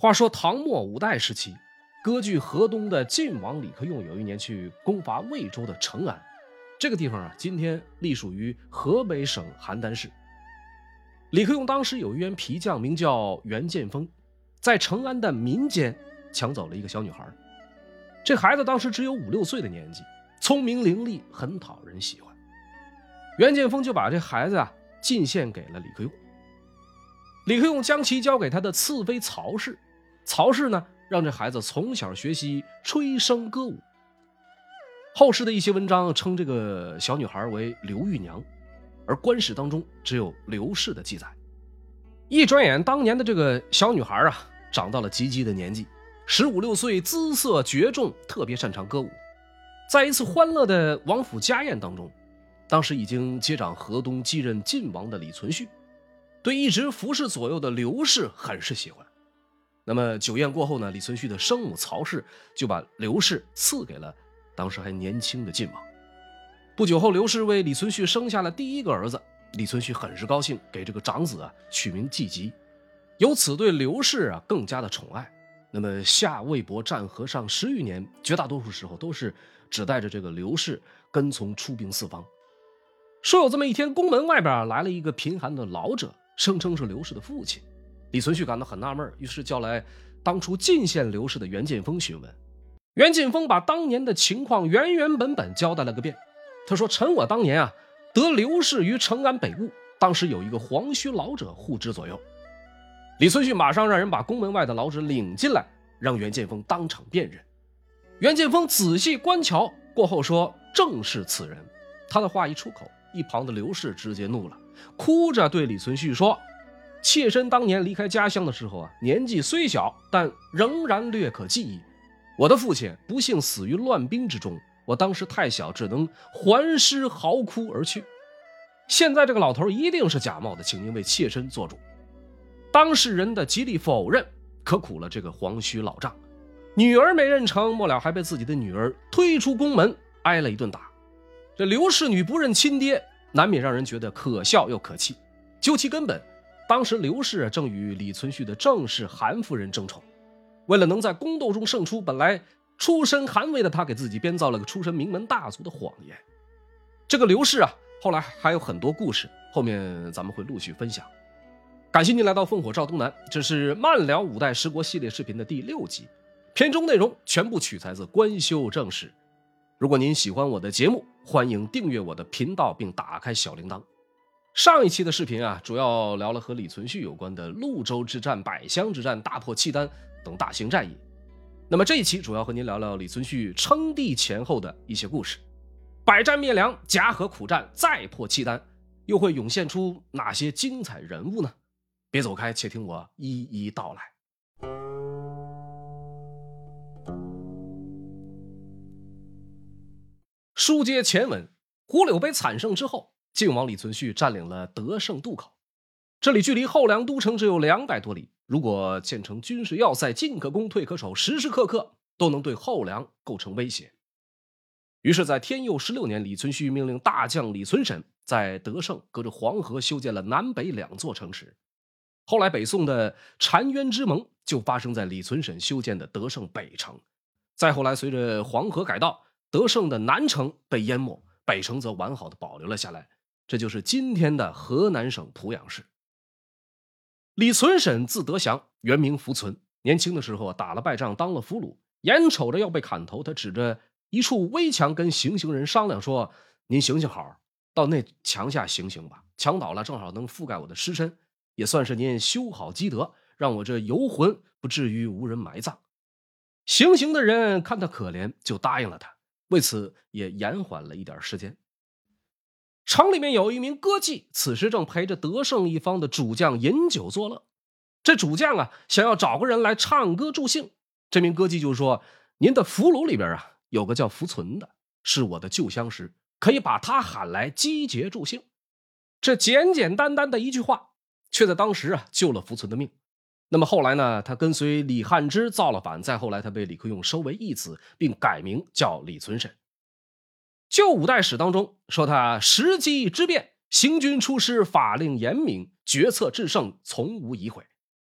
话说唐末五代时期，割据河东的晋王李克用有一年去攻伐魏州的成安，这个地方今天隶属于河北省邯郸市。李克用当时有一员皮匠名叫袁建锋，在成安的民间抢走了一个小女孩。这孩子当时只有5、6岁的年纪，聪明伶俐，很讨人喜欢。袁建锋就把这孩子进献给了李克用。李克用将其交给他的次妃曹氏，曹氏呢让这孩子从小学习吹笙歌舞。后世的一些文章称这个小女孩为刘玉娘，而官史当中只有刘氏的记载。一转眼，当年的这个小女孩长到了及笄的年纪，15、16岁，姿色绝众，特别擅长歌舞。在一次欢乐的王府家宴当中，当时已经接掌河东继任晋王的李存勖对一直服侍左右的刘氏很是喜欢。那么酒宴过后呢，李存勖的生母曹氏就把刘氏赐给了当时还年轻的晋王。不久后，刘氏为李存勖生下了第一个儿子，李存勖很是高兴，给这个长子取名季吉，由此对刘氏更加的宠爱。那么下魏博战河上10余年，绝大多数时候都是只带着这个刘氏跟从出兵四方。说有这么一天，宫门外边来了一个贫寒的老者，声称是刘氏的父亲。李存勖感到很纳闷，于是叫来当初进献刘氏的袁建锋询问。袁建锋把当年的情况原原本本交代了个遍。他说：臣我当年得刘氏于成安北坞，当时有一个黄须老者护之左右。李存勖马上让人把宫门外的老者领进来，让袁建锋当场辨认。袁建锋仔细观瞧过后说：正是此人。他的话一出口，一旁的刘氏直接怒了，哭着对李存勖说：妾身当年离开家乡的时候年纪虽小，但仍然略可记忆。我的父亲不幸死于乱兵之中，我当时太小，只能环尸嚎哭而去。现在这个老头一定是假冒的，请您为妾身做主。当事人的极力否认，可苦了这个黄须老丈，女儿没认成，末了还被自己的女儿推出宫门，挨了一顿打。这刘氏女不认亲爹，难免让人觉得可笑又可气。究其根本，当时刘氏正与李存勖的正室韩夫人争宠，为了能在宫斗中胜出，本来出身寒微的他给自己编造了个出身名门大族的谎言。这个刘氏后来还有很多故事，后面咱们会陆续分享。感谢您来到烽火照东南，这是慢聊五代十国系列视频的第6集，片中内容全部取材自官修正史。如果您喜欢我的节目，欢迎订阅我的频道并打开小铃铛。上一期的视频主要聊了和李存勖有关的潞州之战、百乡之战、大破契丹等大型战役。那么这一期主要和您聊聊李存勖称帝前后的一些故事。百战灭梁，夹河苦战，再破契丹，又会涌现出哪些精彩人物呢？别走开，且听我一一道来。书接前文，胡柳碑惨胜之后，晋王李存勖占领了德胜渡口，这里距离后梁都城只有200多里，如果建成军事要塞，进可攻退可守，时时刻刻都能对后梁构成威胁。于是在天佑16年，李存勖命令大将李存审在德胜隔着黄河修建了南北2座城池。后来北宋的澶渊之盟就发生在李存审修建的德胜北城。再后来随着黄河改道，德胜的南城被淹没，北城则完好的保留了下来，这就是今天的河南省濮阳市。李存审字德祥，原名福存，年轻的时候打了败仗，当了俘虏，眼瞅着要被砍头，他指着一处危墙跟行刑人商量说：您行行好，到那墙下行刑吧，墙倒了正好能覆盖我的尸身，也算是您修好积德，让我这游魂不至于无人埋葬。行刑的人看他可怜，就答应了他，为此也延缓了一点时间。城里面有一名歌妓，此时正陪着德胜一方的主将饮酒作乐。这主将想要找个人来唱歌助兴，这名歌妓就说：您的俘虏里边有个叫福存的，是我的旧相识，可以把他喊来击节助兴。这简简单单的一句话，却在当时救了福存的命。那么后来呢，他跟随李汉之造了反，再后来他被李克用收为义子，并改名叫李存审。旧五代史当中说他时机之变，行军出师，法令严明，决策制胜，从无疑悔。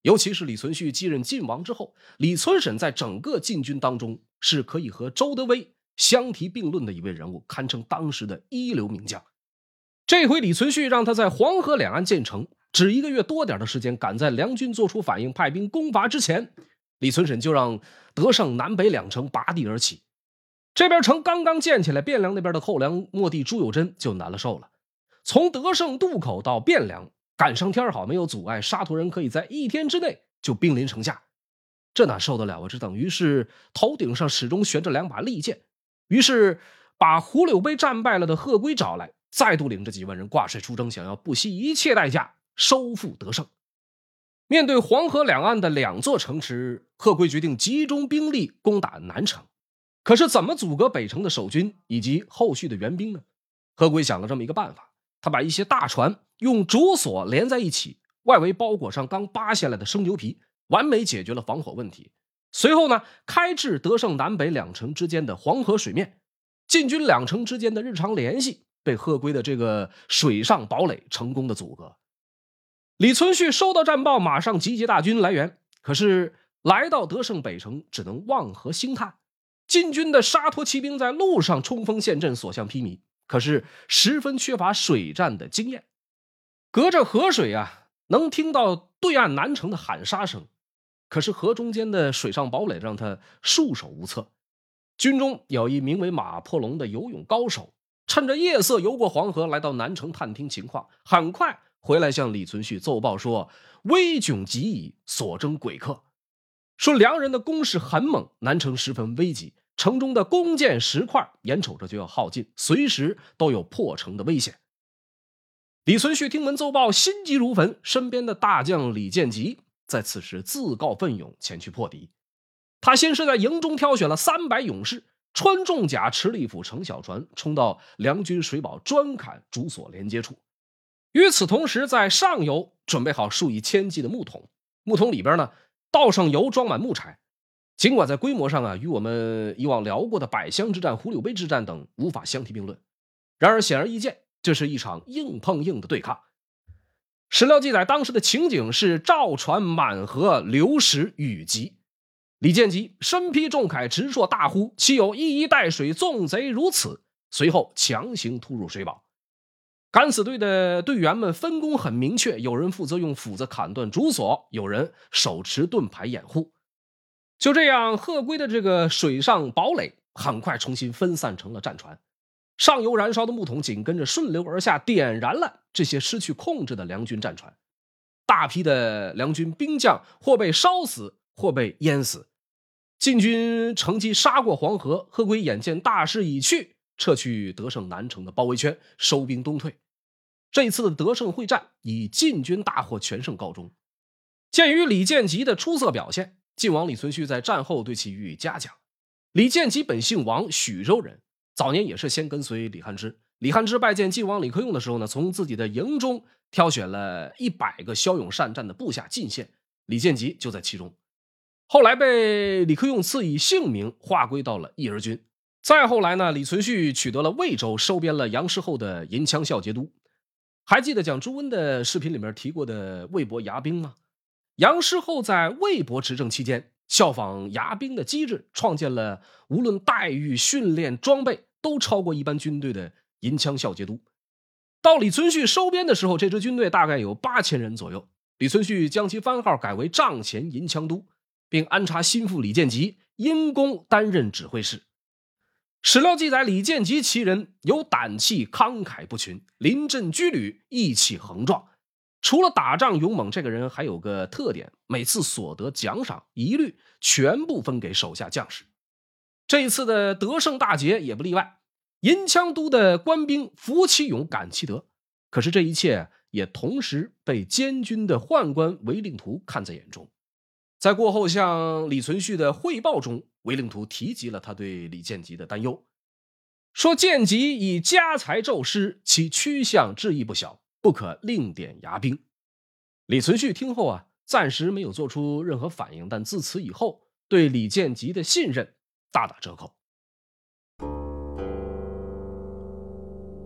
尤其是李存勖继任晋王之后，李存审在整个禁军当中是可以和周德威相提并论的一位人物，堪称当时的一流名将。这回李存勖让他在黄河两岸建城，只1个月多点的时间，赶在梁军做出反应派兵攻伐之前，李存审就让德胜南北两城拔地而起。这边城刚刚建起来，汴梁那边的后梁末帝朱友贞就难了受了。从德胜渡口到汴梁，赶上天好没有阻碍，沙陀人可以在1天之内就兵临城下，这哪受得了啊？这等于是头顶上始终悬着2把利剑。于是把胡柳碑战败了的贺圭找来，再度领着几万人挂帅出征，想要不惜一切代价收复德胜。面对黄河两岸的2座城池，贺圭决定集中兵力攻打南城。可是怎么阻隔北城的守军以及后续的援兵呢？贺圭想了这么一个办法，他把一些大船用竹索连在一起，外围包裹上刚扒下来的生牛皮，完美解决了防火问题。随后呢，开至德胜南北2城之间的黄河水面，晋军2城之间的日常联系被贺圭的这个水上堡垒成功的阻隔。李存勖收到战报，马上集结大军来援，可是来到德胜北城，只能望河兴叹。晋军的沙陀骑兵在路上冲锋陷阵，所向披靡，可是十分缺乏水战的经验。隔着河水啊，能听到对岸南城的喊杀声，可是河中间的水上堡垒让他束手无策。军中有一名为马破龙的游泳高手，趁着夜色游过黄河，来到南城探听情况，很快回来向李存勖奏报说，危窘极矣，所征鬼客。说梁人的攻势很猛，南城十分危急，城中的弓箭石块眼瞅着就要耗尽，随时都有破城的危险。李存勖听闻奏报，心急如焚，身边的大将李建吉在此时自告奋勇前去破敌。他先是在营中挑选了300勇士，穿重甲，持利斧，乘小船，冲到梁军水堡专砍竹索连接处。与此同时，在上游准备好数以千计的木桶，木桶里边呢倒上油，装满木柴。尽管在规模上啊，与我们以往聊过的百乡之战、胡柳碑之战等无法相提并论，然而显而易见，这是一场硬碰硬的对抗。史料记载，当时的情景是赵船满河，流石雨急。李建吉身披重铠，直说大呼，岂有一衣带水，纵贼如此？随后强行突入水堡。敢死队的队员们分工很明确，有人负责用斧子砍断竹索，有人手持盾牌掩护。就这样，贺圭的这个水上堡垒很快重新分散成了战船，上游燃烧的木桶紧跟着顺流而下，点燃了这些失去控制的梁军战船。大批的梁军兵将或被烧死，或被淹死。晋军乘机杀过黄河，贺圭眼见大势已去，撤去德胜南城的包围圈，收兵东退。这次的德胜会战以晋军大获全胜告终。鉴于李建吉的出色表现，晋王李存勖在战后对其予以嘉奖。李建吉本姓王，许州人，早年也是先跟随李汉之。李汉之拜见晋王李克用的时候呢，从自己的营中挑选了100个骁勇善战的部下进献，李建吉就在其中。后来被李克用赐以姓名，划归到了义而军。再后来呢，李存勖取得了魏州，收编了杨师厚的银枪校节都。还记得讲朱温的视频里面提过的魏博牙兵吗？杨师厚在魏博执政期间，效仿牙兵的机制，创建了无论待遇、训练、装备都超过一般军队的银枪校节都。到李存勖收编的时候，这支军队大概有8000人左右。李存勖将其番号改为帐前银枪都，并安插心腹李建吉因公担任指挥使。史料记载，李建吉其人有胆气，慷慨不群，临阵居旅，义气横壮。除了打仗勇猛，这个人还有个特点，每次所得奖赏一律全部分给手下将士。这一次的德胜大捷也不例外，银枪都的官兵服其勇，感其德。可是这一切也同时被监军的宦官韦令图看在眼中。在过后向李存勖的汇报中，韦令图提及了他对李建吉的担忧，说建吉以家财骤失，其趋向志意不小，不可另点牙兵。李存勖听后啊，暂时没有做出任何反应，但自此以后对李建吉的信任大打折扣。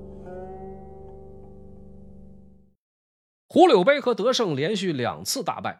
胡柳碑和德胜连续2次大败，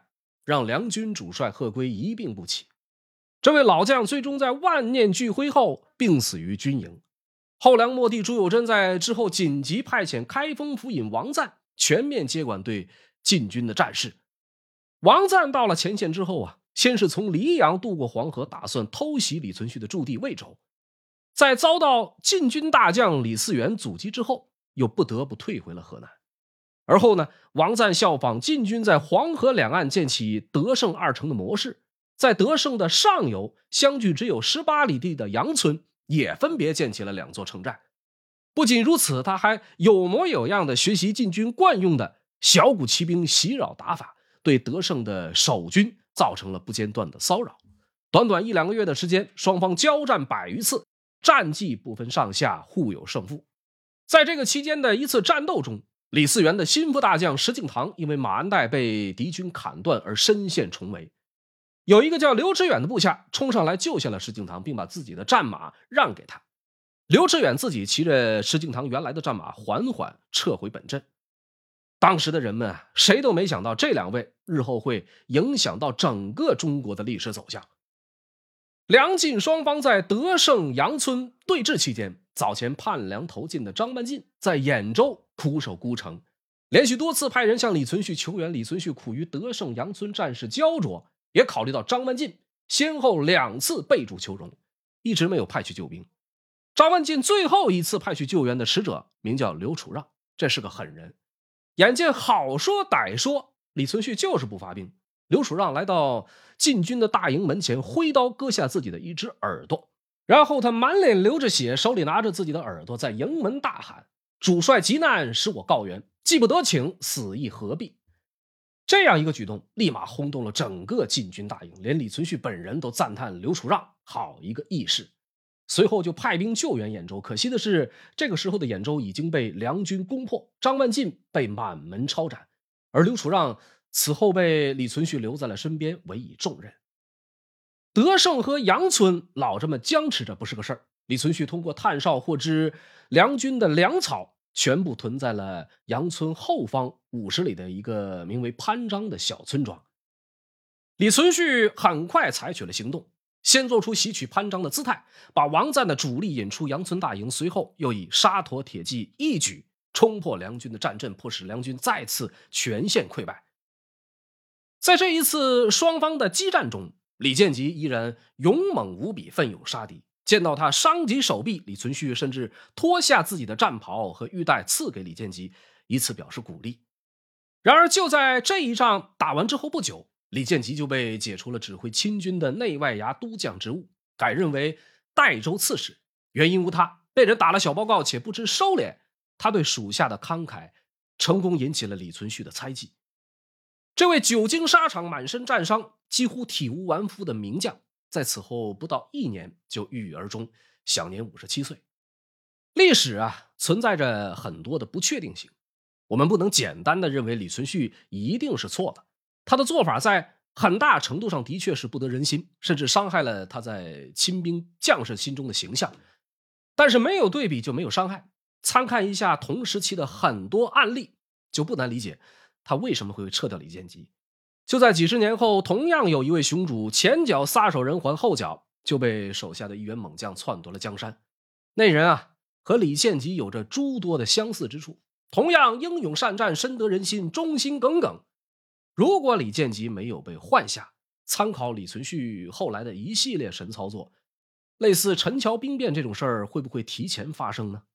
让梁军主帅贺圭一病不起。这位老将最终在万念俱灰后病死于军营。后梁末帝朱友贞在之后紧急派遣开封府尹王赞全面接管对晋军的战事。王赞到了前线之后先是从黎阳渡过黄河，打算偷袭李存勖的驻地魏州，在遭到晋军大将李嗣源阻击之后，又不得不退回了河南。而后呢，王赞效仿晋军在黄河两岸建起德胜二城的模式，在德胜的上游相距只有18里地的杨村也分别建起了2座城寨。不仅如此，他还有模有样地学习晋军惯用的小股骑兵袭扰打法，对德胜的守军造成了不间断的骚扰。短短1-2个月的时间，双方交战100余次，战绩不分上下，互有胜负。在这个期间的一次战斗中，李嗣源的心腹大将石敬瑭因为马鞍带被敌军砍断而身陷重围。有一个叫刘知远的部下冲上来救下了石敬瑭，并把自己的战马让给他。刘知远自己骑着石敬瑭原来的战马缓缓撤回本阵。当时的人们谁都没想到这2位日后会影响到整个中国的历史走向。梁晋双方在德胜杨村对峙期间，早前叛梁投进的张万进在兖州苦守孤城，连续多次派人向李存勖求援。李存勖苦于德胜杨村战事焦灼，也考虑到张万进先后2次备注求荣，一直没有派去救兵。张万进最后一次派去救援的使者名叫刘楚让，这是个狠人。眼见好说歹说，李存勖就是不发兵。刘楚让来到晋军的大营门前，挥刀割下自己的一只耳朵，然后他满脸流着血，手里拿着自己的耳朵，在营门大喊：主帅急难，使我告援，既不得请，死亦何必。这样一个举动立马轰动了整个晋军大营，连李存勖本人都赞叹刘楚让好一个义士。随后就派兵救援兖州，可惜的是，这个时候的兖州已经被梁军攻破，张万进被满门抄斩，而刘楚让此后被李存勖留在了身边，委以重任。德胜和杨村老这么僵持着不是个事儿，李存勖通过探哨获知梁军的粮草全部囤在了杨村后方50里的一个名为潘璋的小村庄。李存勖很快采取了行动，先做出袭取潘璋的姿态，把王赞的主力引出杨村大营，随后又以沙陀铁骑一举冲破梁军的战阵，迫使梁军再次全线溃败。在这一次双方的激战中，李建吉依然勇猛无比，奋勇杀敌。见到他伤及手臂，李存勖甚至脱下自己的战袍和玉带赐给李建吉，以此表示鼓励。然而就在这一仗打完之后不久，李建吉就被解除了指挥亲军的内外衙都将职务，改任为代州刺史。原因无他，被人打了小报告且不知收敛，他对属下的慷慨成功引起了李存勖的猜忌。这位久经沙场、满身战伤、几乎体无完肤的名将，在此后不到1年就郁郁而终，享年57岁。历史存在着很多的不确定性，我们不能简单的认为李存勖一定是错的。他的做法在很大程度上的确是不得人心，甚至伤害了他在亲兵将士心中的形象。但是没有对比就没有伤害，参看一下同时期的很多案例，就不难理解他为什么会撤掉李建吉。就在几十年后，同样有一位雄主前脚撒手人寰，后脚就被手下的一员猛将篡夺了江山。那人和李建吉有着诸多的相似之处，同样英勇善战，深得人心，忠心耿耿。如果李建吉没有被换下，参考李存勖后来的一系列神操作，类似陈桥兵变这种事儿会不会提前发生呢？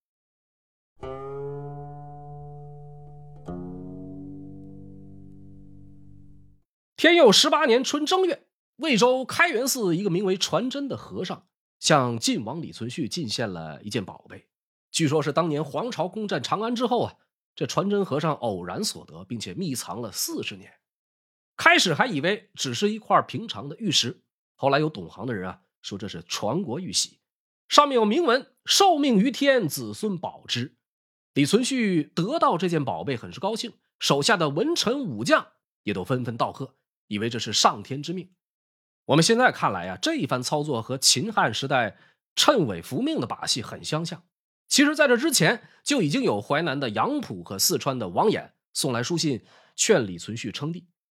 天佑18年春正月，魏州开元寺一个名为传真的和尚向晋王李存勖进献了一件宝贝，据说是当年黄巢攻占长安之后这传真和尚偶然所得，并且密藏了40年。开始还以为只是一块平常的玉石，后来有懂行的人说这是传国玉玺，上面有铭文：受命于天，子孙保之。李存勖得到这件宝贝很是高兴，手下的文臣武将也都纷纷道贺，以为这是上天之命。我们现在看来这一番操作和秦汉时代谶纬伏命的把戏很相像。其实在这之前就已经有淮南的杨溥和四川的王衍送来书信劝李存勖称帝。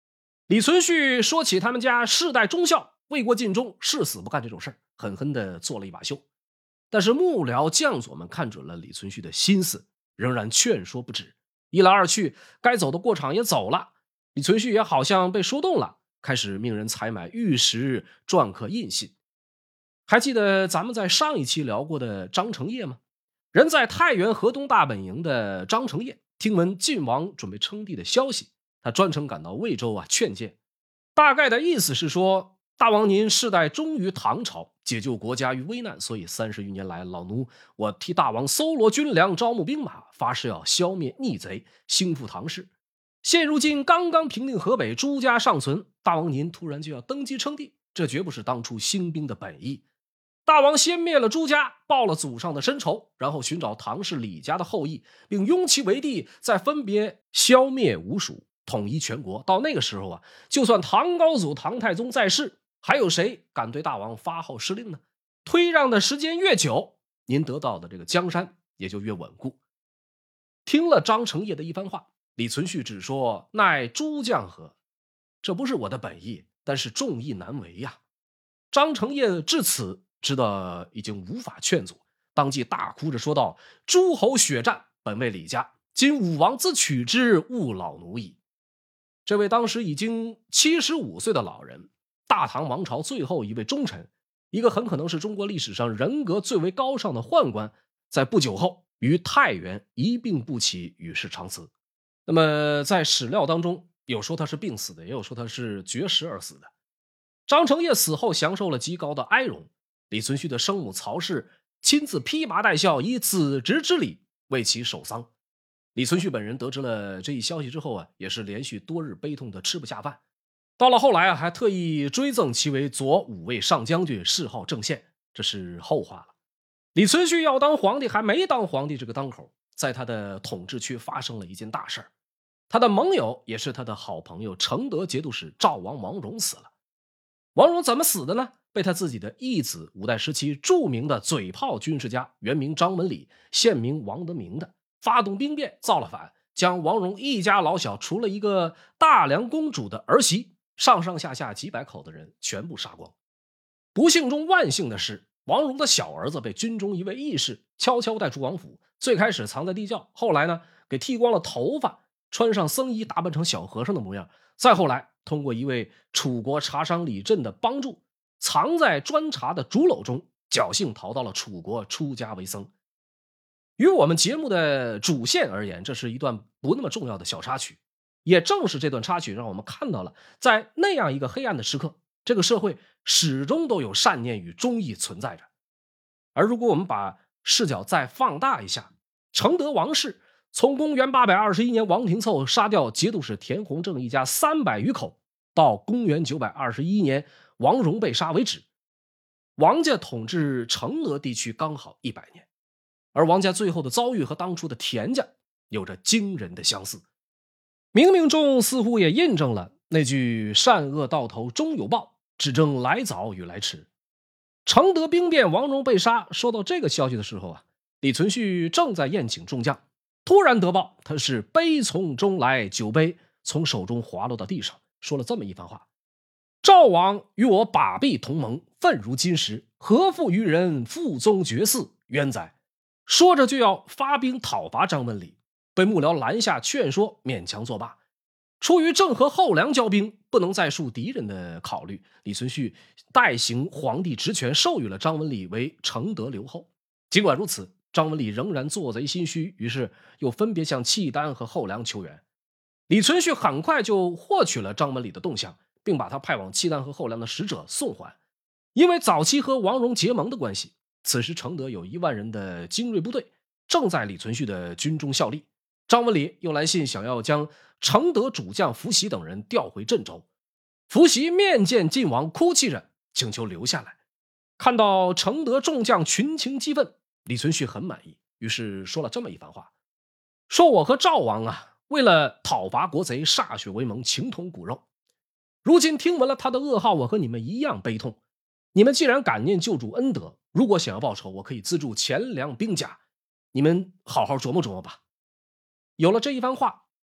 李存勖说起他们家世代忠孝，为国尽忠，誓死不干这种事儿，狠狠地做了一把秀。但是幕僚将佐们看准了李存勖的心思，仍然劝说不止。一来二去，该走的过场也走了，李存勖也好像被说动了，开始命人采买玉石，篆刻印信。还记得咱们在上一期聊过的张承业吗？人在太原河东大本营的张承业，听闻晋王准备称帝的消息，他专程赶到魏州劝谏。大概的意思是说，大王您世代忠于唐朝，解救国家于危难，所以30余年来，老奴我替大王搜罗军粮，招募兵马，发誓要消灭逆贼，兴复唐氏。现如今刚刚平定河北，朱家尚存，大王您突然就要登基称帝，这绝不是当初兴兵的本意。大王先灭了朱家，报了祖上的深仇，然后寻找唐氏李家的后裔，并拥其为帝，再分别消灭吴蜀，统一全国。到那个时候就算唐高祖唐太宗在世，还有谁敢对大王发号施令呢？推让的时间越久，您得到的这个江山也就越稳固。听了张承业的一番话，李存勖只说：“乃诸将何？这不是我的本意，但是众议难为呀。”张承业至此知道已经无法劝阻，当即大哭着说道：“诸侯血战，本为李家，今武王自取之，误老奴矣。”这位当时已经75岁的老人，大唐王朝最后一位忠臣，一个很可能是中国历史上人格最为高尚的宦官，在不久后于太原一病不起，与世长辞。那么在史料当中，有说他是病死的，也有说他是绝食而死的。张承业死后享受了极高的哀荣，李存勖的生母曹氏亲自披麻戴孝，以子侄之礼为其守丧。李存勖本人得知了这一消息之后也是连续多日悲痛的吃不下饭。到了后来还特意追赠其为左武卫上将军，谥号正宪，这是后话了。李存勖要当皇帝，还没当皇帝这个当口，在他的统治区发生了一件大事儿。他的盟友也是他的好朋友承德节度使赵王王戎死了。王戎怎么死的呢？被他自己的义子，五代时期著名的嘴炮军事家，原名张文礼，现名王德明的，发动兵变造了反，将王戎一家老小除了一个大梁公主的儿媳，上上下下几百口的人全部杀光。不幸中万幸的是，王戎的小儿子被军中一位义士悄悄带出王府，最开始藏在地窖，后来呢给剃光了头发，穿上僧衣，打扮成小和尚的模样，再后来通过一位楚国茶商李振的帮助，藏在砖茶的竹篓中，侥幸逃到了楚国，出家为僧。于我们节目的主线而言，这是一段不那么重要的小插曲。也正是这段插曲让我们看到了，在那样一个黑暗的时刻，这个社会始终都有善念与忠义存在着。而如果我们把视角再放大一下，承德王氏从公元821年王廷凑杀掉节度使田弘正一家300余口，到公元921年王戎被杀为止，王家统治承德地区刚好100年。而王家最后的遭遇和当初的田家有着惊人的相似，冥冥中似乎也印证了那句善恶到头终有报，只争来早与来迟。承德兵变，王戎被杀，收到这个消息的时候李存勖正在宴请众将，突然得报他是悲从中来，酒杯从手中滑落到地上，说了这么一番话：赵王与我把臂同盟，愤如金石，何负于人，父宗绝嗣，冤哉！说着就要发兵讨伐张文礼，被幕僚拦下劝说，勉强作罢。出于正和后梁交兵，不能再树敌人的考虑，李存勖代行皇帝职权，授予了张文礼为承德留后。尽管如此，张文礼仍然做贼心虚，于是又分别向契丹和后梁求援。李存勖很快就获取了张文礼的动向，并把他派往契丹和后梁的使者送还。因为早期和王戎结盟的关系，此时承德有1万人的精锐部队正在李存勖的军中效力。张文礼又来信，想要将承德主将伏袭等人调回镇州。伏袭面见晋王，哭泣着请求留下来。看到承德众将群情激愤，李存勖很满意，于是说了这么一番话，说我和赵王为了讨伐国贼，歃血为盟，情同骨肉。如今听闻了他的噩耗，我和你们一样悲痛。你们既然感念救主恩德，如果想要报仇，我可以资助钱粮兵甲，你们好好琢磨琢磨吧。有了这一番话，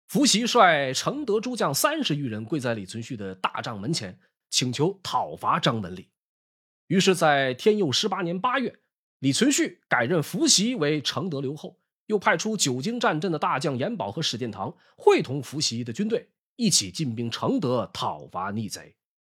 伏羲率承德诸将30余人跪在李存勖的大帐门前，请求讨伐张文礼。于是在天佑18年8月，李存勖改任伏羲为承德留后，又派出久经战阵的大将严保和史殿堂会同伏羲的军队一起进兵承德，讨伐逆贼。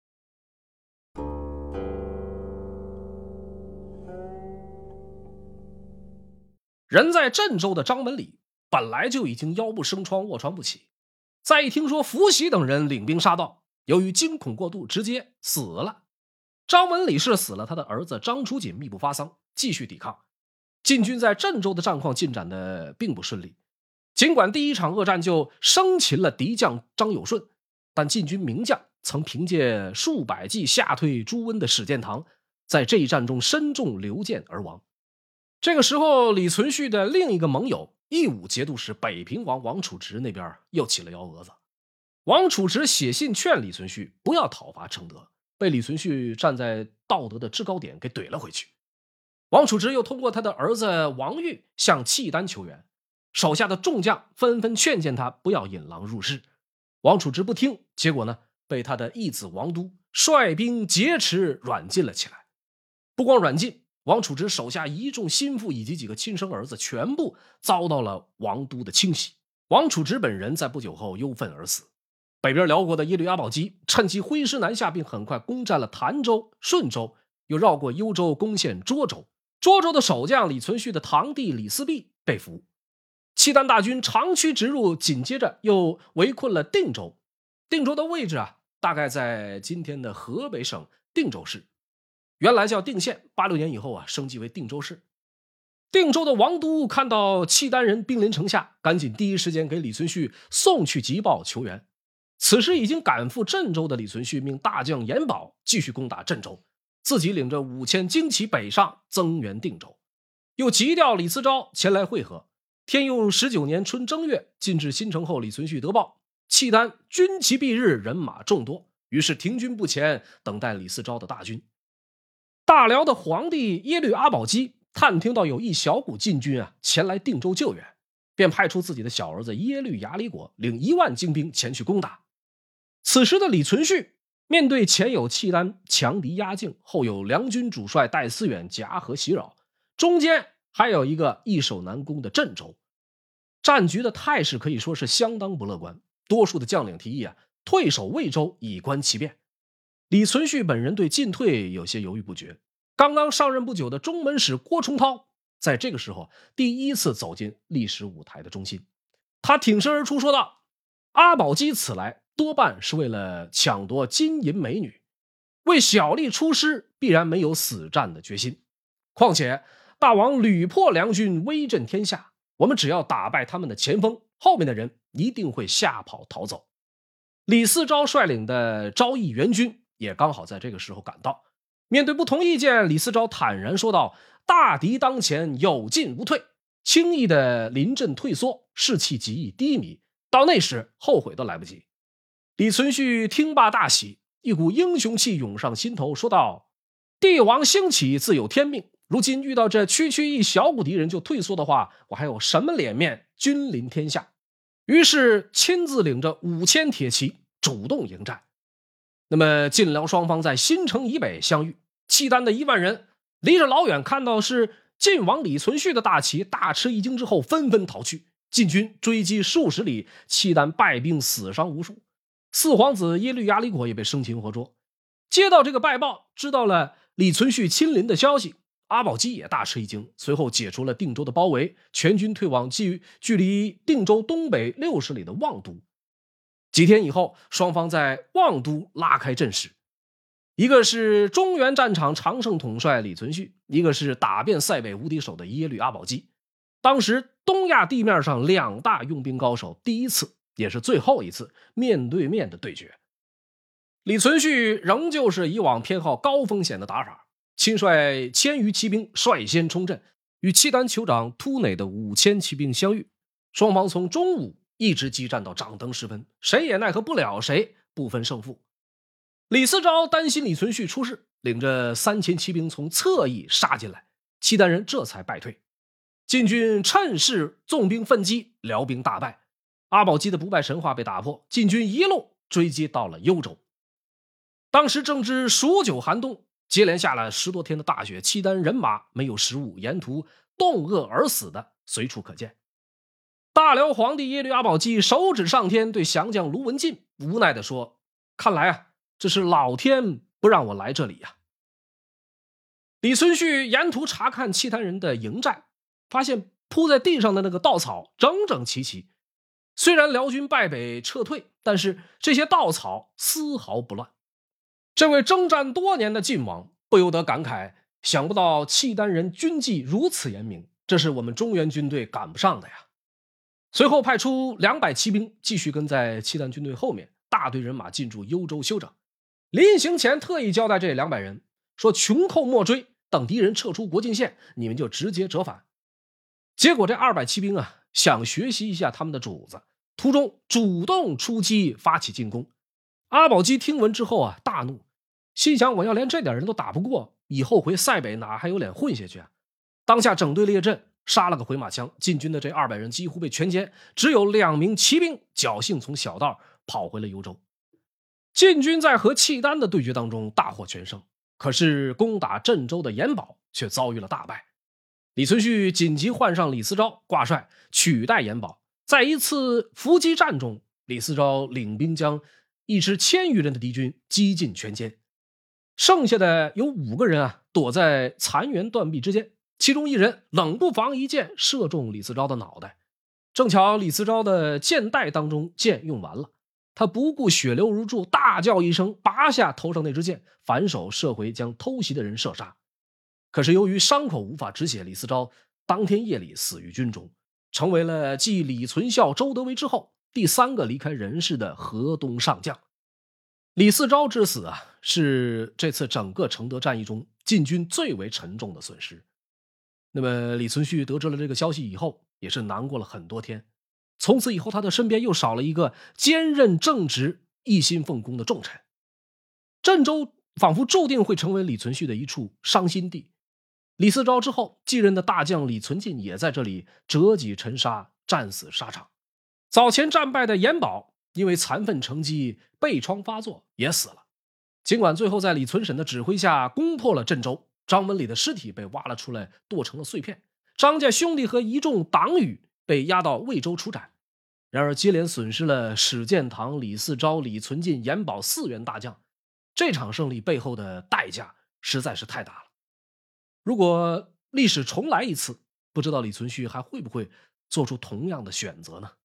人在郑州的张文礼本来就已经腰部生疮，卧床不起，再一听说伏羲等人领兵杀到，由于惊恐过度，直接死了。张文礼是死了，他的儿子张楚锦密不发丧，继续抵抗。晋军在郑州的战况进展的并不顺利，尽管第一场恶战就生擒了敌将张有顺，但晋军名将曾凭借数百骑吓退朱温的史殿堂，在这一战中身中流箭而亡。这个时候，李存勖的另一个盟友义武节度使北平王王处直那边又起了幺蛾子。王处直写信劝李存勖不要讨伐承德，被李存勖站在道德的制高点给怼了回去。王处直又通过他的儿子王玉向契丹求援，手下的众将纷纷劝谏他不要引狼入室。王处直不听，结果呢，被他的义子王都率兵劫持软禁了起来。不光软禁，王处直手下一众心腹以及几个亲生儿子全部遭到了王都的清洗。王处直本人在不久后忧愤而死。北边辽国的耶律阿保机趁机挥师南下，并很快攻占了潭州、顺州，又绕过幽州攻陷涿州。涿州的守将李存勖的堂弟李嗣弼被俘。契丹大军长驱直入，紧接着又围困了定州。定州的位置大概在今天的河北省定州市，原来叫定县，86年以后升级为定州市。定州的王都看到契丹人兵临城下，赶紧第一时间给李存勖送去急报求援。此时已经赶赴郑州的李存勖命大将严保继续攻打郑州，自己领着5000精骑北上增援定州，又急调李嗣昭前来会合。天佑19年春正月，进至新城后，李存勖得报契丹军旗蔽日，人马众多，于是停军不前，等待李嗣昭的大军。大辽的皇帝耶律阿保机探听到有一小股禁军前来定州救援，便派出自己的小儿子耶律牙里果领1万精兵前去攻打。此时的李存勖面对前有契丹强敌压境，后有梁军主帅戴思远夹河袭扰，中间还有一个易守难攻的郑州，战局的态势可以说是相当不乐观。多数的将领提议退守魏州以观其变。李存勖本人对进退有些犹豫不决。刚刚上任不久的中门使郭崇韬在这个时候第一次走进历史舞台的中心，他挺身而出说道：阿保机此来多半是为了抢夺金银美女，为小吏出师必然没有死战的决心。况且大王屡破梁军，威震天下，我们只要打败他们的前锋，后面的人一定会吓跑逃走。李嗣昭率领的昭义援军也刚好在这个时候赶到。面对不同意见，李嗣昭坦然说道：大敌当前，有进无退，轻易的临阵退缩，士气极易低迷，到那时后悔都来不及。李存勖听罢大喜，一股英雄气涌上心头，说道：帝王兴起自有天命，如今遇到这区区一小股敌人就退缩的话，我还有什么脸面君临天下？于是亲自领着5000铁骑主动迎战。那么晋辽双方在新城以北相遇，契丹的1万人离着老远看到是晋王李存勖的大旗，大吃一惊之后纷纷逃去。晋军追击数十里，契丹败兵死伤无数，四皇子耶律牙里果也被生擒活捉。接到这个败报，知道了李存勖亲临的消息，阿保机也大吃一惊，随后解除了定州的包围，全军退往距离定州东北60里的望都。几天以后，双方在望都拉开阵势，一个是中原战场常胜统帅李存勖，一个是打遍塞北无敌手的耶律阿保机。当时东亚地面上2大用兵高手第一次也是最后一次面对面的对决。李存勖仍旧是以往偏好高风险的打法，亲率1000余骑兵率先冲阵，与契丹酋长突馁的5000骑兵相遇。双方从中午一直激战到掌灯时分，谁也奈何不了谁，不分胜负。李嗣昭担心李存勖出事，领着3000骑兵从侧翼杀进来，契丹人这才败退。晋军趁势纵兵奋击，辽兵大败。 阿保机的不败神话被打破，晋军一路追击到了幽州。当时正值数九寒冬，接连下了10多天的大雪，契丹人马没有食物，沿途冻饿而死的随处可见。大辽皇帝耶律阿保机手指上天，对降将卢文进无奈地说：“看来啊，这是老天不让我来这里呀。”李存勖沿途查看契丹人的营寨，发现铺在地上的那个稻草整整齐齐。虽然辽军败北撤退，但是这些稻草丝毫不乱。这位征战多年的晋王不由得感慨，想不到契丹人军纪如此严明，这是我们中原军队赶不上的呀。随后派出200骑兵继续跟在契丹军队后面，大队人马进驻幽州休整。临行前特意交代这200人说：“穷寇莫追，等敌人撤出国境线，你们就直接折返。”结果这200骑兵啊，想学习一下他们的主子，途中主动出击发起进攻。阿保机听闻之后啊，大怒，心想：我要连这点人都打不过，以后回塞北哪还有脸混下去啊？当下整队列阵，杀了个回马枪，晋军的这200人几乎被全歼，只有2名骑兵侥幸从小道跑回了幽州。晋军在和契丹的对决当中大获全胜，可是攻打郑州的延保却遭遇了大败。李存勖紧急换上李思昭挂帅取代延保，在一次伏击战中，李思昭领兵将一支1000余人的敌军击尽全歼，剩下的有5个人啊，躲在残垣断壁之间，其中1人冷不防一箭射中李思昭的脑袋，正巧李思昭的箭袋当中箭用完了，他不顾血流如注，大叫一声，拔下头上那支箭，反手射回将偷袭的人射杀。可是由于伤口无法止血，李思昭当天夜里死于军中，成为了继李存孝、周德维之后第3个离开人世的河东上将。李思昭之死啊，是这次整个承德战役中晋军最为沉重的损失。那么李存勖得知了这个消息以后，也是难过了很多天。从此以后，他的身边又少了一个坚韧正直、一心奉公的重臣。郑州仿佛注定会成为李存勖的一处伤心地。李思昭之后继任的大将李存进也在这里折戟沉沙，战死沙场。早前战败的延保因为残愤成疾，背疮发作也死了。尽管最后在李存审的指挥下攻破了郑州，张文礼的尸体被挖了出来，剁成了碎片，张家兄弟和一众党羽被押到魏州处斩。然而接连损失了史建堂、李嗣昭、李存进、延保4员大将，这场胜利背后的代价实在是太大了。如果历史重来一次，不知道李存勖还会不会做出同样的选择呢？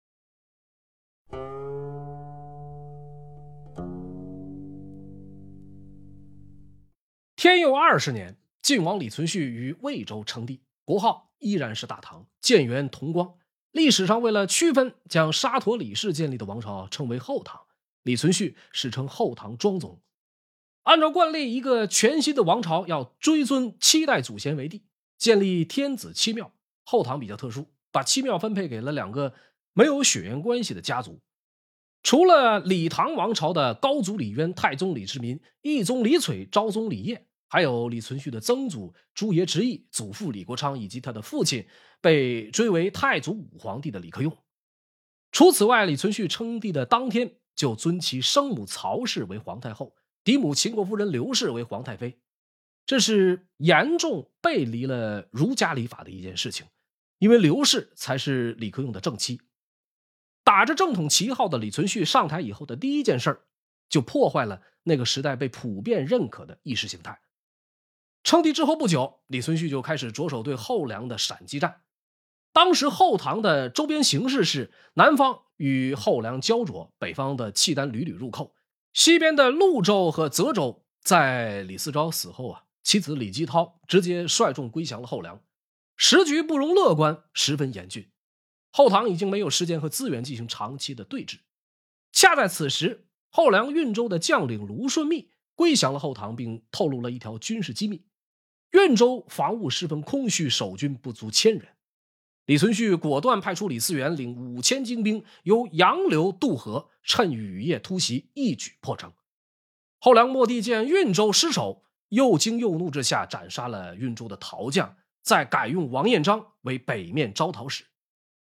天佑20年，晋王李存勖于魏州称帝，国号依然是大唐，建元同光。历史上为了区分，将沙陀李氏建立的王朝称为后唐，李存勖史称后唐庄宗。按照惯例，一个全新的王朝要追尊7代祖先为帝，建立天子7庙。后唐比较特殊，把7庙分配给了2个没有血缘关系的家族。除了李唐王朝的高祖李渊、太宗李世民、懿宗李璀、昭宗李晔，还有李存勖的曾祖朱爷执义、祖父李国昌，以及他的父亲被追为太祖武皇帝的李克用。除此外，李存勖称帝的当天就尊其生母曹氏为皇太后，嫡母秦国夫人刘氏为皇太妃。这是严重背离了儒家礼法的一件事情，因为刘氏才是李克用的正妻。打着正统旗号的李存勖上台以后的第一件事就破坏了那个时代被普遍认可的意识形态。称帝之后不久，李存勖就开始着手对后梁的闪击战。当时后唐的周边形势是南方与后梁焦灼，北方的契丹屡屡入寇，西边的潞州和泽州在李嗣昭死后妻子李继涛直接率众归降了后梁，时局不容乐观，十分严峻。后唐已经没有时间和资源进行长期的对峙。恰在此时，后梁运州的将领卢顺密归降了后唐，并透露了一条军事机密：运州防务十分空虚，守军不足1000人。李存勖果断派出李嗣源领5000精兵，由杨流渡河，趁雨夜突袭，一举破城。后梁末帝见运州失守，又惊又怒之下斩杀了运州的陶将，再改用王彦章为北面招讨使。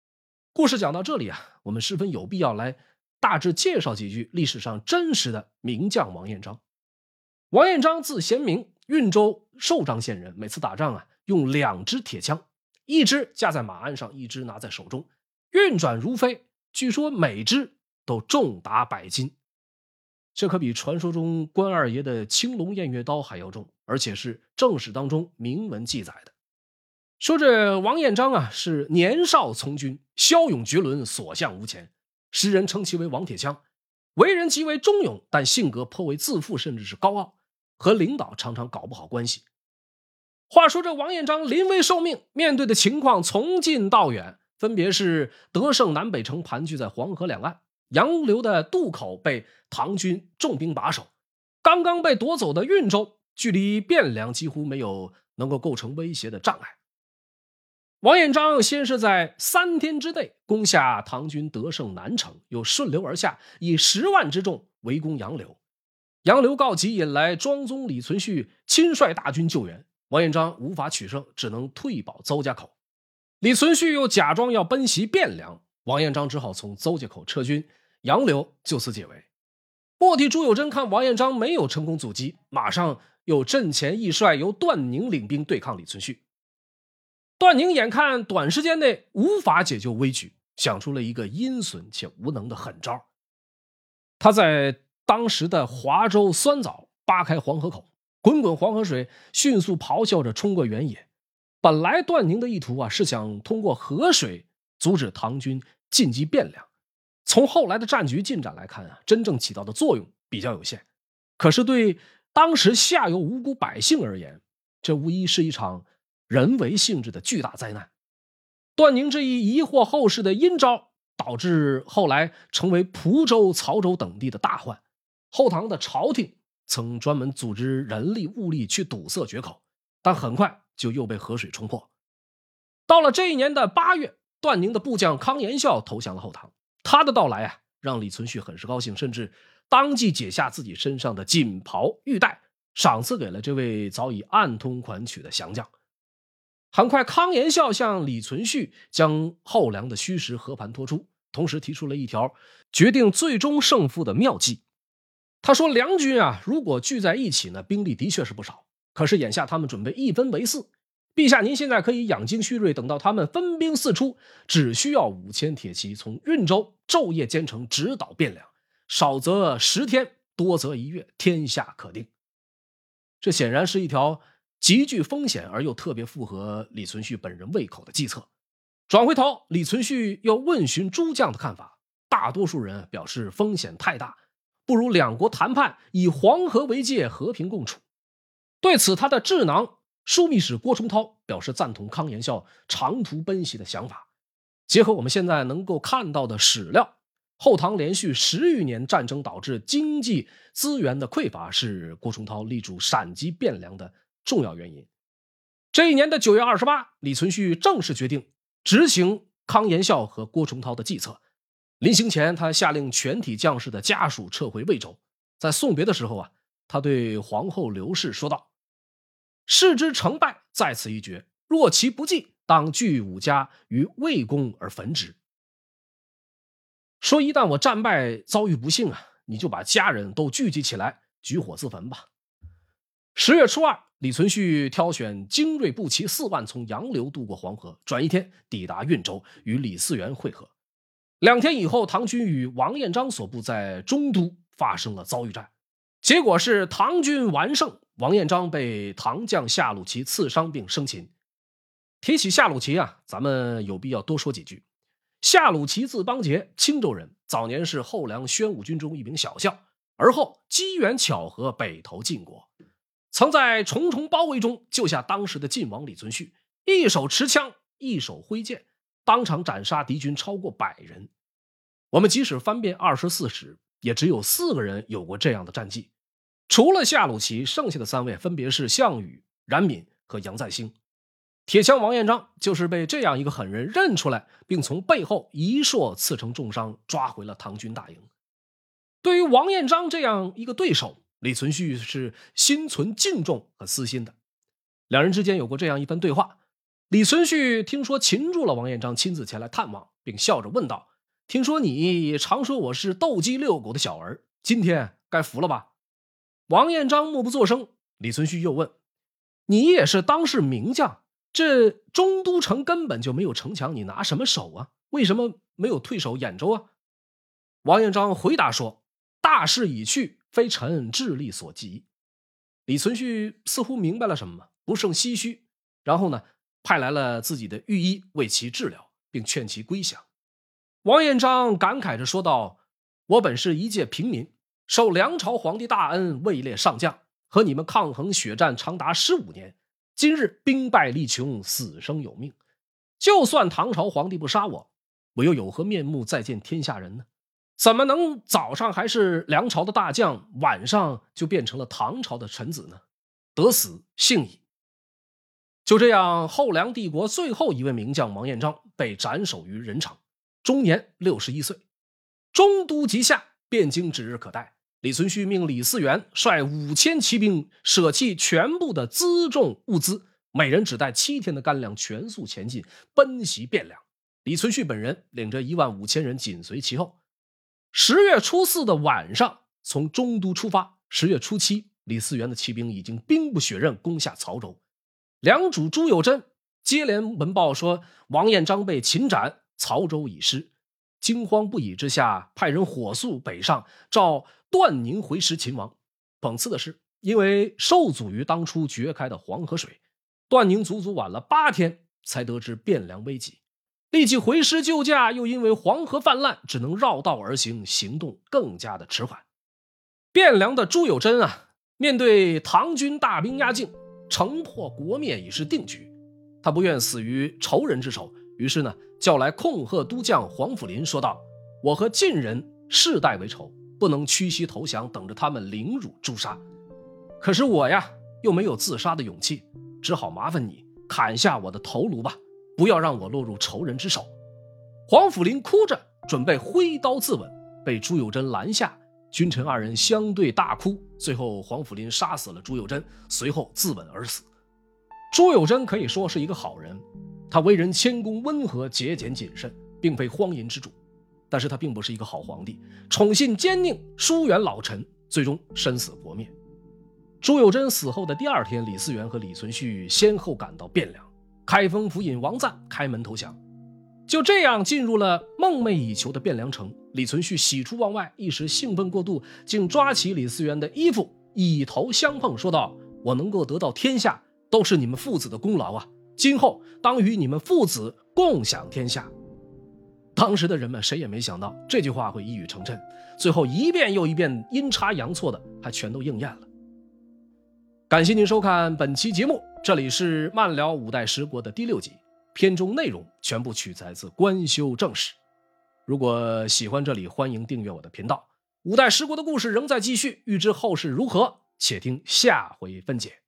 故事讲到这里啊，我们十分有必要来大致介绍几句历史上真实的名将王彦章。王彦章字贤明，运州寿张县人。每次打仗啊，用2支铁枪，一支架在马鞍上，一支拿在手中，运转如飞，据说每支都重达100斤。这可比传说中关二爷的青龙偃月刀还要重，而且是正史当中明文记载的。说这王彦章啊，是年少从军，骁勇绝伦，所向无前，时人称其为王铁枪。为人极为忠勇，但性格颇为自负，甚至是高傲，和领导常常搞不好关系。话说这王彦章临危受命，面对的情况从近到远，分别是德胜南北城盘踞在黄河两岸，杨流的渡口被唐军重兵把守，刚刚被夺走的运州距离汴梁几乎没有能够构成威胁的障碍。王彦章先是在3天之内攻下唐军德胜南城，又顺流而下，以10万之众围攻杨流。杨流告急，引来庄宗李存勖亲率大军救援，王彦章无法取胜，只能退保邹家口。李存勖又假装要奔袭汴梁，王彦章只好从邹家口撤军，杨流就此解围。末帝朱友贞看王彦章没有成功阻击，马上又阵前易帅由段宁领兵对抗李存勖。段宁眼看短时间内无法解救危局，想出了一个阴损且无能的狠招。他在当时的华州酸枣扒开黄河口，滚滚黄河水迅速咆哮着冲过原野。本来段宁的意图啊，是想通过河水阻止唐军进击汴梁。从后来的战局进展来看啊，真正起到的作用比较有限。可是对当时下游无辜百姓而言，这无疑是一场人为性质的巨大灾难。段宁这一疑惑后世的阴招，导致后来成为蒲州、曹州等地的大患。后唐的朝廷曾专门组织人力物力去堵塞决口，但很快就又被河水冲破。到了这一年的8月，段宁的部将康延孝投降了后唐。他的到来啊，让李存勖很是高兴，甚至当即解下自己身上的锦袍玉带，赏赐给了这位早已暗通款曲的降将。很快，康延孝向李存勖将后梁的虚实和盘托出，同时提出了一条决定最终胜负的妙计。他说，梁军啊，如果聚在一起呢，兵力的确是不少，可是眼下他们准备一分为4。陛下您现在可以养精蓄锐，等到他们分兵四出，只需要5000铁骑从运州昼夜兼程直捣汴梁，少则10天，多则1月，天下可定。这显然是一条极具风险而又特别符合李存勖本人胃口的计策。转回头，李存勖又问询诸将的看法，大多数人表示风险太大，不如两国谈判，以黄河为界，和平共处。对此，他的智囊枢密使郭崇韬表示赞同康延孝长途奔袭的想法。结合我们现在能够看到的史料，后唐连续10余年战争导致经济资源的匮乏，是郭崇韬力主闪击汴梁的重要原因。这一年的9月28，李存勖正式决定执行康延孝和郭崇韬的计策。临行前，他下令全体将士的家属撤回魏州。在送别的时候啊，他对皇后刘氏说道：事之成败在此一决，若其不济，当聚5家于魏宫而焚之。说一旦我战败遭遇不幸啊，你就把家人都聚集起来，举火自焚吧。10月初2，李存勖挑选精锐步骑4万从杨流渡过黄河，转1天抵达运州，与李嗣源会合。2天以后，唐军与王彦章所部在中都发生了遭遇战，结果是唐军完胜，王彦章被唐将夏鲁齐刺伤并生擒。提起夏鲁齐啊，咱们有必要多说几句。夏鲁齐字邦杰，青州人，早年是后梁宣武军中一名小校，而后机缘巧合北投晋国，曾在重重包围中救下当时的晋王李存勖，一手持枪，一手挥剑，当场斩杀敌军超过100人。我们即使翻遍24史，也只有4个人有过这样的战绩。除了夏鲁齐，剩下的3位分别是项羽、冉闵和杨再兴。铁枪王彦章就是被这样一个狠人认出来，并从背后一槊刺成重伤，抓回了唐军大营。对于王彦章这样一个对手，李存勖是心存敬重和私心的。两人之间有过这样一番对话。李存勖听说擒住了王彦章，亲自前来探望， 并笑着问道：“听说你常说我是斗鸡遛狗的小儿，今天该服了吧？”王彦章默不作声。李存勖又问：“你也是当世名将，这中都城根本就没有城墙，你拿什么守啊？为什么没有退守兖州啊？”王彦章回答说：“大势已去，非臣智力所及。”李存勖似乎明白了什么，不胜唏嘘，然后呢，派来了自己的御医为其治疗，并劝其归降。王彦章感慨着说道：“我本是一介平民，受梁朝皇帝大恩，位列上将，和你们抗衡血战长达15年，今日兵败力穷，死生有命。就算唐朝皇帝不杀我，我又有何面目再见天下人呢？怎么能早上还是梁朝的大将，晚上就变成了唐朝的臣子呢？得死幸矣。”就这样，后梁帝国最后一位名将王彦章被斩首于任场，终年61岁。中都即下，汴京指日可待。李存勖命李嗣源率5000骑兵，舍弃全部的辎重物资，每人只带7天的干粮，全速前进，奔袭汴梁。李存勖本人领着15000人紧随其后。10月初4的晚上，从中都出发。10月初7，李嗣源的骑兵已经兵不血刃攻下曹州。梁主朱友贞接连闻报说王彦章被擒斩，曹州已失。惊慌不已之下，派人火速北上，召段宁回师擒王。讽刺的是，因为受阻于当初决开的黄河水，段宁足足晚了8天才得知汴梁危急，立即回师救驾，又因为黄河泛滥，只能绕道而行，行动更加的迟缓。汴梁的朱友贞面对唐军大兵压境，城破国灭已是定局，他不愿死于仇人之手，于是呢，叫来控鹤都将黄甫林，说道：“我和晋人世代为仇，不能屈膝投降，等着他们凌辱诛杀。可是我呀，又没有自杀的勇气，只好麻烦你砍下我的头颅吧，不要让我落入仇人之手。”黄甫林哭着准备挥刀自刎，被朱友贞拦下。君臣2人相对大哭，最后黄甫林杀死了朱友贞，随后自刎而死。朱友贞可以说是一个好人，他为人谦恭温和，节俭谨慎，并非荒淫之主。但是他并不是一个好皇帝，宠信奸佞，疏远老臣，最终身死国灭。朱友贞死后的第2天，李嗣源和李存勖先后赶到汴梁，开封府尹王赞开门投降。就这样进入了梦寐以求的汴梁城。李存勖喜出望外，一时兴奋过度，竟抓起李嗣源的衣服，以头相碰，说道：“我能够得到天下，都是你们父子的功劳啊！今后当与你们父子共享天下。”当时的人们谁也没想到这句话会一语成谶，最后一遍又一遍阴差阳错的还全都应验了。感谢您收看本期节目，这里是慢聊五代十国的第6集，片中内容全部取材自官修正史。如果喜欢这里，欢迎订阅我的频道。五代十国的故事仍在继续，欲知后事如何，且听下回分解。